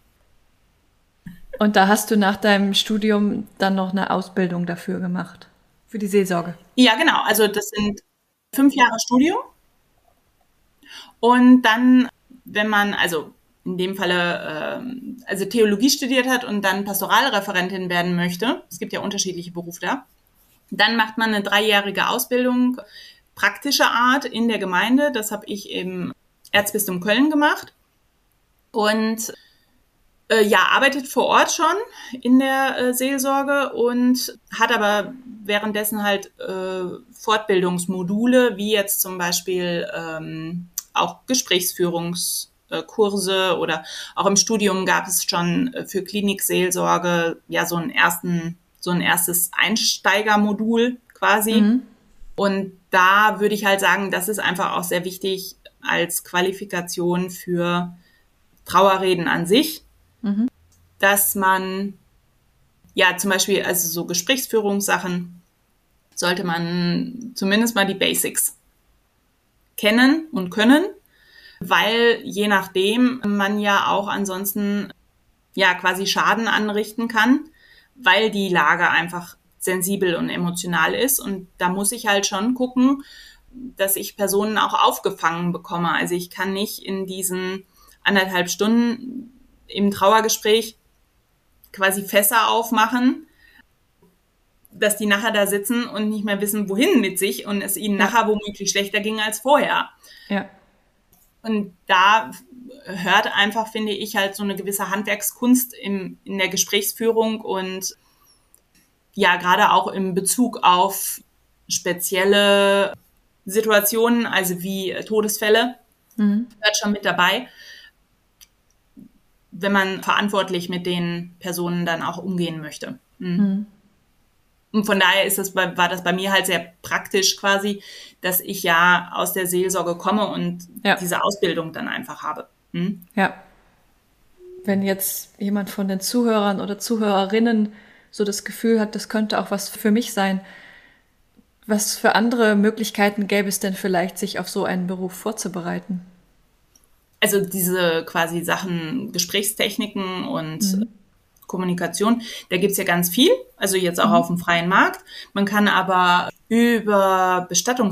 Speaker 2: Und da hast du nach deinem Studium dann noch eine Ausbildung dafür gemacht, für die Seelsorge?
Speaker 1: Ja, genau. Also das sind fünf Jahre Studium. Und dann, wenn man, also in dem Falle, äh, also Theologie studiert hat und dann Pastoralreferentin werden möchte, es gibt ja unterschiedliche Berufe da, dann macht man eine dreijährige Ausbildung praktischer Art in der Gemeinde. Das habe ich im Erzbistum Köln gemacht. Und äh, ja, arbeitet vor Ort schon in der äh, Seelsorge und hat aber währenddessen halt äh, Fortbildungsmodule, wie jetzt zum Beispiel ähm, auch Gesprächsführungskurse oder auch im Studium gab es schon für Klinikseelsorge ja so einen ersten, so ein erstes Einsteigermodul quasi. Mhm. Und da würde ich halt sagen, das ist einfach auch sehr wichtig als Qualifikation für Trauerreden an sich, mhm. dass man ja zum Beispiel, also so Gesprächsführungssachen, sollte man zumindest mal die Basics kennen und können, weil je nachdem man ja auch ansonsten ja quasi Schaden anrichten kann, weil die Lage einfach sensibel und emotional ist. Und da muss ich halt schon gucken, dass ich Personen auch aufgefangen bekomme. Also ich kann nicht in diesen anderthalb Stunden im Trauergespräch quasi Fässer aufmachen, dass die nachher da sitzen und nicht mehr wissen, wohin mit sich und es ihnen ja. nachher womöglich schlechter ging als vorher.
Speaker 2: Ja.
Speaker 1: Und da hört einfach, finde ich, halt so eine gewisse Handwerkskunst im, in der Gesprächsführung und ja, gerade auch im Bezug auf spezielle Situationen, also wie Todesfälle, mhm. hört schon mit dabei, wenn man verantwortlich mit den Personen dann auch umgehen möchte. Mhm. Mhm. Und von daher ist das, war das bei mir halt sehr praktisch quasi, dass ich ja aus der Seelsorge komme und ja. diese Ausbildung dann einfach habe. Mhm.
Speaker 2: Ja. Wenn jetzt jemand von den Zuhörern oder Zuhörerinnen so das Gefühl hat, das könnte auch was für mich sein, was für andere Möglichkeiten gäbe es denn vielleicht, sich auf so einen Beruf vorzubereiten?
Speaker 1: Also diese quasi Sachen, Gesprächstechniken und mhm. Kommunikation, da gibt's ja ganz viel, also jetzt auch mhm. auf dem freien Markt. Man kann aber über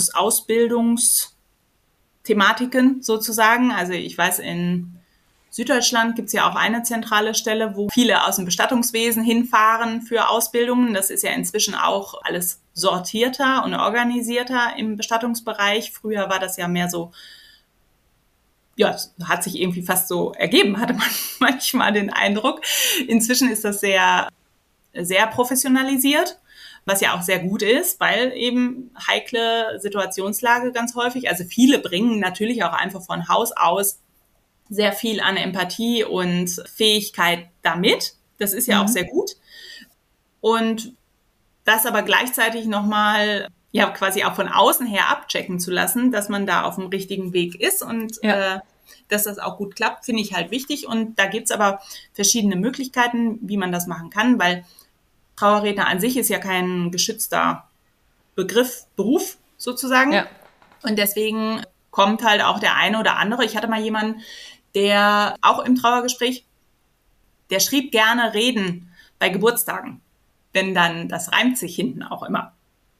Speaker 1: Bestattungsausbildungsthematiken sozusagen, also ich weiß, in Süddeutschland gibt's ja auch eine zentrale Stelle, wo viele aus dem Bestattungswesen hinfahren für Ausbildungen. Das ist ja inzwischen auch alles sortierter und organisierter im Bestattungsbereich. Früher war das ja mehr so, ja, hat sich irgendwie fast so ergeben, hatte man manchmal den Eindruck. Inzwischen ist das sehr, sehr professionalisiert, was ja auch sehr gut ist, weil eben heikle Situationslage ganz häufig, also viele bringen natürlich auch einfach von Haus aus sehr viel an Empathie und Fähigkeit damit. Das ist ja mhm. auch sehr gut. Und das aber gleichzeitig nochmal ja quasi auch von außen her abchecken zu lassen, dass man da auf dem richtigen Weg ist und ja. äh, dass das auch gut klappt, finde ich halt wichtig. Und da gibt's aber verschiedene Möglichkeiten, wie man das machen kann, weil Trauerredner an sich ist ja kein geschützter Begriff, Beruf sozusagen. Ja. Und deswegen kommt halt auch der eine oder andere. Ich hatte mal jemanden, der auch im Trauergespräch, der schrieb gerne Reden bei Geburtstagen, wenn dann, das reimt sich hinten auch immer.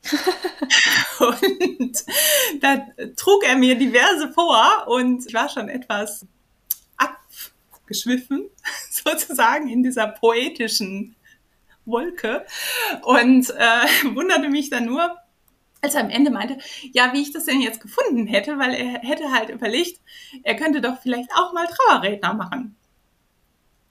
Speaker 1: Und da trug er mir diverse vor und ich war schon etwas abgeschwiffen, sozusagen in dieser poetischen Wolke und äh, wunderte mich dann nur, als er am Ende meinte, ja, wie ich das denn jetzt gefunden hätte, weil er hätte halt überlegt, er könnte doch vielleicht auch mal Trauerredner machen.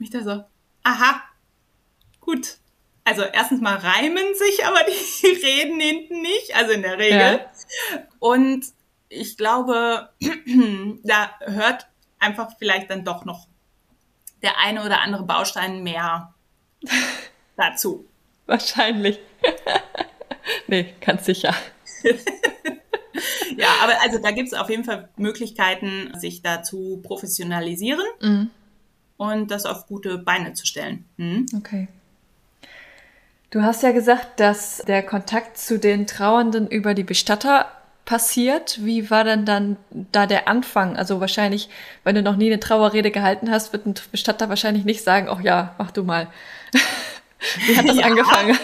Speaker 1: Und ich da so, aha, gut. Also erstens mal reimen sich aber die Reden hinten nicht, also in der Regel. Ja. Und ich glaube, da hört einfach vielleicht dann doch noch der eine oder andere Baustein mehr dazu.
Speaker 2: Wahrscheinlich. Nee, ganz sicher.
Speaker 1: Ja, aber also da gibt es auf jeden Fall Möglichkeiten, sich da zu professionalisieren mhm. und das auf gute Beine zu stellen. Mhm.
Speaker 2: Okay. Du hast ja gesagt, dass der Kontakt zu den Trauernden über die Bestatter passiert. Wie war denn dann da der Anfang? Also wahrscheinlich, wenn du noch nie eine Trauerrede gehalten hast, wird ein Bestatter wahrscheinlich nicht sagen, ach ja, mach du mal. Wie hat das ja. angefangen?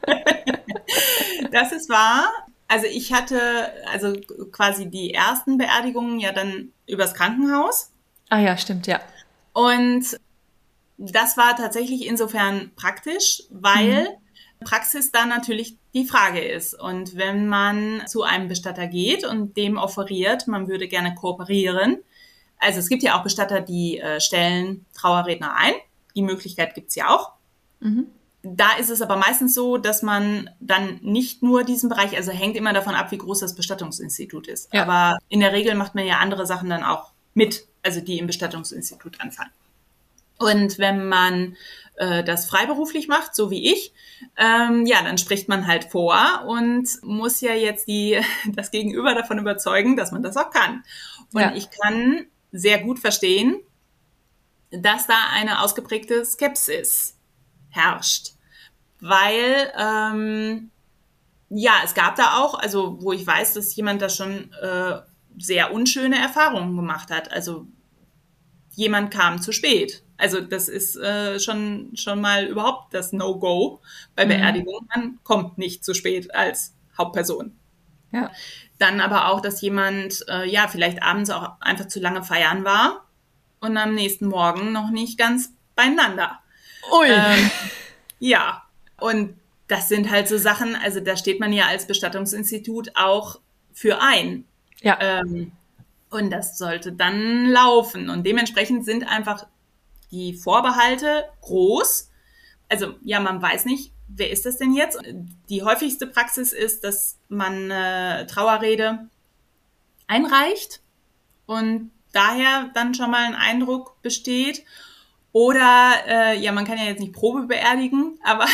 Speaker 1: Das ist wahr. Also ich hatte also quasi die ersten Beerdigungen ja dann übers Krankenhaus.
Speaker 2: Ah ja, stimmt, ja.
Speaker 1: Und das war tatsächlich insofern praktisch, weil mhm. Praxis da natürlich die Frage ist. Und wenn man zu einem Bestatter geht und dem offeriert, man würde gerne kooperieren, also es gibt ja auch Bestatter, die äh, stellen Trauerredner ein. Die Möglichkeit gibt's ja auch. Mhm. Da ist es aber meistens so, dass man dann nicht nur diesen Bereich, also hängt immer davon ab, wie groß das Bestattungsinstitut ist. Ja. Aber in der Regel macht man ja andere Sachen dann auch mit, also die im Bestattungsinstitut anfallen. Und wenn man äh, das freiberuflich macht, so wie ich, ähm, ja, dann spricht man halt vor und muss ja jetzt die das Gegenüber davon überzeugen, dass man das auch kann. Und ja. ich kann sehr gut verstehen, dass da eine ausgeprägte Skepsis herrscht. Weil, ähm, ja, es gab da auch, also wo ich weiß, dass jemand da schon äh, sehr unschöne Erfahrungen gemacht hat. Also jemand kam zu spät. Also das ist äh, schon schon mal überhaupt das No-Go bei Beerdigungen. Man kommt nicht zu spät als Hauptperson.
Speaker 2: Ja.
Speaker 1: Dann aber auch, dass jemand äh, ja vielleicht abends auch einfach zu lange feiern war und am nächsten Morgen noch nicht ganz beieinander.
Speaker 2: Ui.
Speaker 1: Ähm, ja, und das sind halt so Sachen, also da steht man ja als Bestattungsinstitut auch für ein.
Speaker 2: Ja.
Speaker 1: Ähm, und das sollte dann laufen. Und dementsprechend sind einfach die Vorbehalte groß. Also ja, man weiß nicht, wer ist das denn jetzt? Die häufigste Praxis ist, dass man eine Trauerrede einreicht und daher dann schon mal ein Eindruck besteht. Oder, äh, ja, man kann ja jetzt nicht Probe beerdigen, aber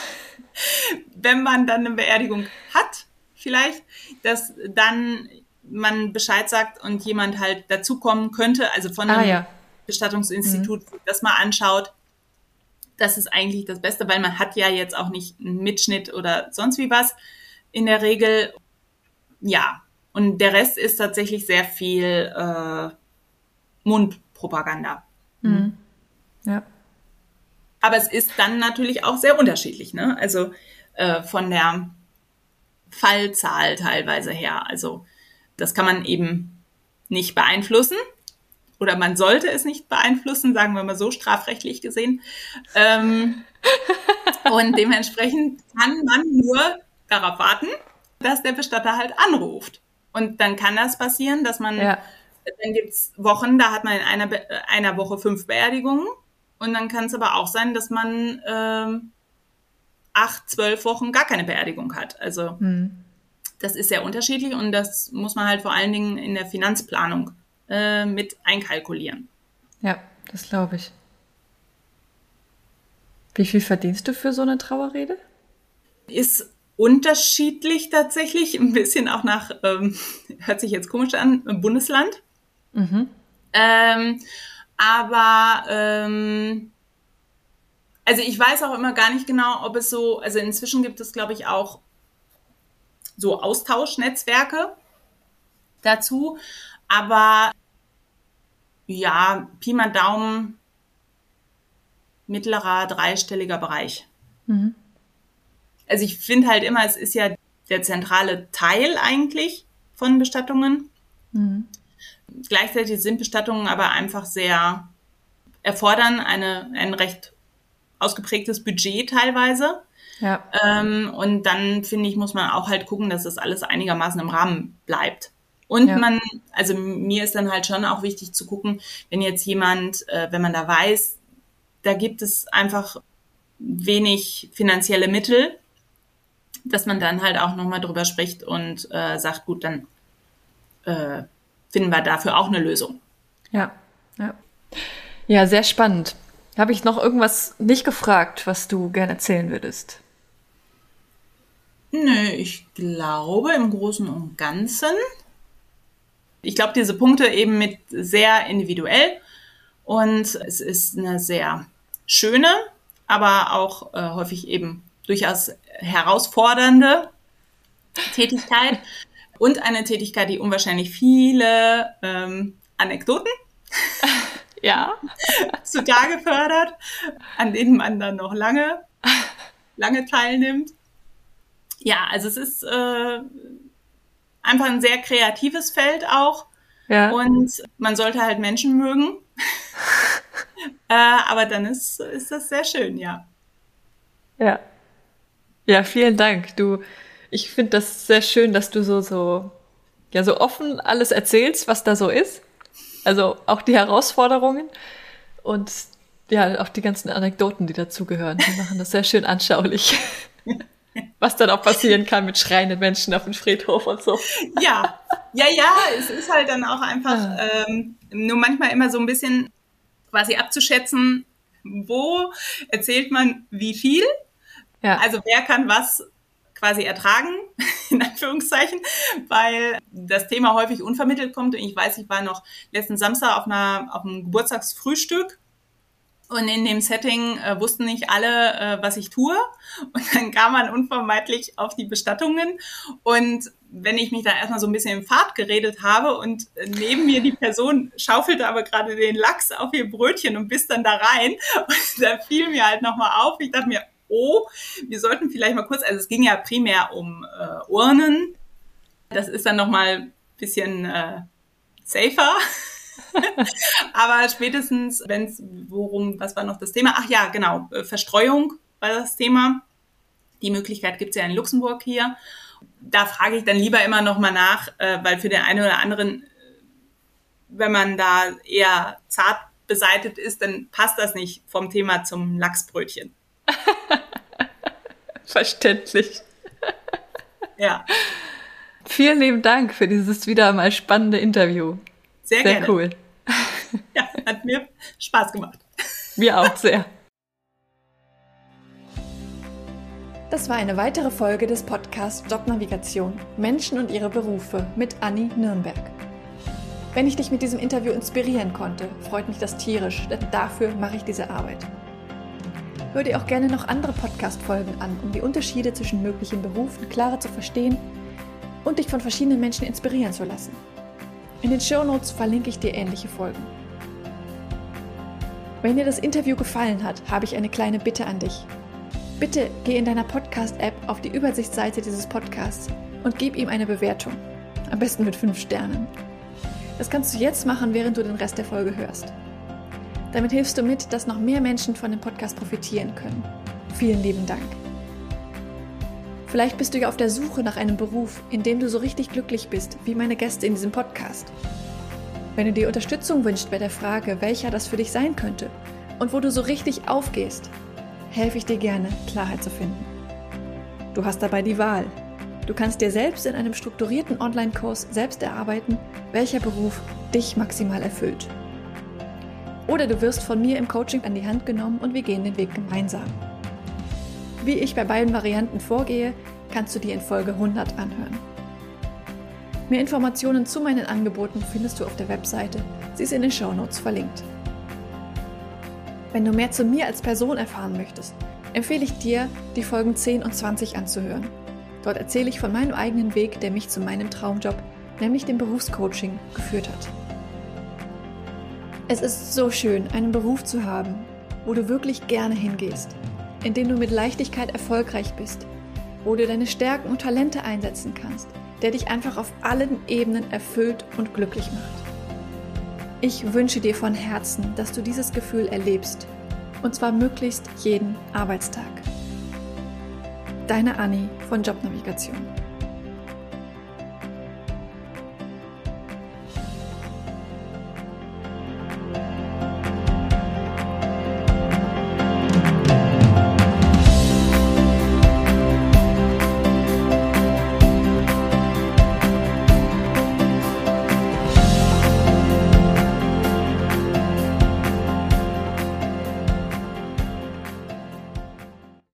Speaker 1: wenn man dann eine Beerdigung hat, vielleicht, dass dann man Bescheid sagt und jemand halt dazukommen könnte, also von einem ah, ja. Bestattungsinstitut, mhm. das mal anschaut. Das ist eigentlich das Beste, weil man hat ja jetzt auch nicht einen Mitschnitt oder sonst wie was in der Regel. Ja, und der Rest ist tatsächlich sehr viel äh, Mundpropaganda.
Speaker 2: Mhm. Ja.
Speaker 1: Aber es ist dann natürlich auch sehr unterschiedlich, ne? Also äh, von der Fallzahl teilweise her. Also das kann man eben nicht beeinflussen oder man sollte es nicht beeinflussen, sagen wir mal so, strafrechtlich gesehen. Ähm, und dementsprechend kann man nur darauf warten, dass der Bestatter halt anruft. Und dann kann das passieren, dass man, ja. dann gibt's Wochen, da hat man in einer, Be- einer Woche fünf Beerdigungen. Und dann kann es aber auch sein, dass man ähm, acht, zwölf Wochen gar keine Beerdigung hat. Also mhm. das ist sehr unterschiedlich und das muss man halt vor allen Dingen in der Finanzplanung äh, mit einkalkulieren.
Speaker 2: Ja, das glaube ich. Wie viel verdienst du für so eine Trauerrede?
Speaker 1: Ist unterschiedlich tatsächlich, ein bisschen auch nach, ähm, hört sich jetzt komisch an, Bundesland. Mhm. Ähm, aber ähm, also ich weiß auch immer gar nicht genau, ob es so, also inzwischen gibt es, glaube ich, auch so Austauschnetzwerke dazu, aber ja, Pi mal Daumen, mittlerer, dreistelliger Bereich. Mhm. Also ich finde halt immer, es ist ja der zentrale Teil eigentlich von Bestattungen. Mhm. Gleichzeitig sind Bestattungen aber einfach sehr, erfordern eine, ein recht ausgeprägtes Budget teilweise.
Speaker 2: Ja.
Speaker 1: Ähm, und dann, finde ich, muss man auch halt gucken, dass das alles einigermaßen im Rahmen bleibt. Und ja. man, also mir ist dann halt schon auch wichtig zu gucken, wenn jetzt jemand, äh, wenn man da weiß, da gibt es einfach wenig finanzielle Mittel, dass man dann halt auch nochmal drüber spricht und äh, sagt, gut, dann äh, finden wir dafür auch eine Lösung.
Speaker 2: Ja, ja. Ja, sehr spannend. Habe ich noch irgendwas nicht gefragt, was du gerne erzählen würdest?
Speaker 1: Nö, ich glaube im Großen und Ganzen. Ich glaube, diese Punkte eben mit sehr individuell und es ist eine sehr schöne, aber auch äh, häufig eben durchaus herausfordernde Tätigkeit und eine Tätigkeit, die unwahrscheinlich viele ähm, Anekdoten
Speaker 2: ja.
Speaker 1: zutage fördert, an denen man dann noch lange, lange teilnimmt. Ja, also es ist äh, einfach ein sehr kreatives Feld auch. Ja. Und man sollte halt Menschen mögen. äh, aber dann ist, ist das sehr schön, ja.
Speaker 2: Ja. Ja, vielen Dank. Du, ich finde das sehr schön, dass du so, so, ja, so offen alles erzählst, was da so ist. Also auch die Herausforderungen und ja, auch die ganzen Anekdoten, die dazugehören. Die machen das sehr schön anschaulich. Was dann auch passieren kann mit schreienden Menschen auf dem Friedhof und so.
Speaker 1: Ja, ja, ja, es ist halt dann auch einfach ah. ähm, nur manchmal immer so ein bisschen quasi abzuschätzen, wo erzählt man wie viel. Ja. Also wer kann was quasi ertragen, in Anführungszeichen, weil das Thema häufig unvermittelt kommt. Und ich weiß, ich war noch letzten Samstag auf, einer, auf einem Geburtstagsfrühstück und in dem Setting äh, wussten nicht alle, äh, was ich tue. Und dann kam man unvermeidlich auf die Bestattungen. Und wenn ich mich da erstmal so ein bisschen in Fahrt geredet habe und neben mir die Person schaufelte aber gerade den Lachs auf ihr Brötchen und biss dann da rein. Und da fiel mir halt nochmal auf. Ich dachte mir, oh, wir sollten vielleicht mal kurz, also es ging ja primär um äh, Urnen. Das ist dann nochmal ein bisschen äh, safer. Aber spätestens, wenn es, worum, was war noch das Thema? Ach ja, genau, Verstreuung war das Thema. Die Möglichkeit gibt es ja in Luxemburg hier. Da frage ich dann lieber immer noch mal nach, äh, weil für den einen oder anderen, wenn man da eher zart beseitet ist, dann passt das nicht vom Thema zum Lachsbrötchen.
Speaker 2: Verständlich.
Speaker 1: Ja.
Speaker 2: Vielen lieben Dank für dieses wieder mal spannende Interview.
Speaker 1: Sehr,
Speaker 2: sehr
Speaker 1: gerne.
Speaker 2: Cool.
Speaker 1: Ja, hat mir Spaß gemacht.
Speaker 2: Mir auch sehr. Das war eine weitere Folge des Podcasts Jobnavigation – Menschen und ihre Berufe mit Anni Nürnberg. Wenn ich dich mit diesem Interview inspirieren konnte, freut mich das tierisch, denn dafür mache ich diese Arbeit. Hör dir auch gerne noch andere Podcast-Folgen an, um die Unterschiede zwischen möglichen Berufen klarer zu verstehen und dich von verschiedenen Menschen inspirieren zu lassen. In den Shownotes verlinke ich dir ähnliche Folgen. Wenn dir das Interview gefallen hat, habe ich eine kleine Bitte an dich. Bitte geh in deiner Podcast-App auf die Übersichtsseite dieses Podcasts und gib ihm eine Bewertung. Am besten mit fünf Sternen. Das kannst du jetzt machen, während du den Rest der Folge hörst. Damit hilfst du mit, dass noch mehr Menschen von dem Podcast profitieren können. Vielen lieben Dank. Vielleicht bist du ja auf der Suche nach einem Beruf, in dem du so richtig glücklich bist, wie meine Gäste in diesem Podcast. Wenn du dir Unterstützung wünschst bei der Frage, welcher das für dich sein könnte und wo du so richtig aufgehst, helfe ich dir gerne, Klarheit zu finden. Du hast dabei die Wahl. Du kannst dir selbst in einem strukturierten Online-Kurs selbst erarbeiten, welcher Beruf dich maximal erfüllt. Oder du wirst von mir im Coaching an die Hand genommen und wir gehen den Weg gemeinsam. Wie ich bei beiden Varianten vorgehe, kannst du dir in Folge hundert anhören. Mehr Informationen zu meinen Angeboten findest du auf der Webseite. Sie ist in den Shownotes verlinkt. Wenn du mehr zu mir als Person erfahren möchtest, empfehle ich dir, die Folgen zehn und zwanzig anzuhören. Dort erzähle ich von meinem eigenen Weg, der mich zu meinem Traumjob, nämlich dem Berufscoaching, geführt hat. Es ist so schön, einen Beruf zu haben, wo du wirklich gerne hingehst, in dem du mit Leichtigkeit erfolgreich bist, wo du deine Stärken und Talente einsetzen kannst, der dich einfach auf allen Ebenen erfüllt und glücklich macht. Ich wünsche dir von Herzen, dass du dieses Gefühl erlebst, und zwar möglichst jeden Arbeitstag. Deine Anni von Jobnavigation.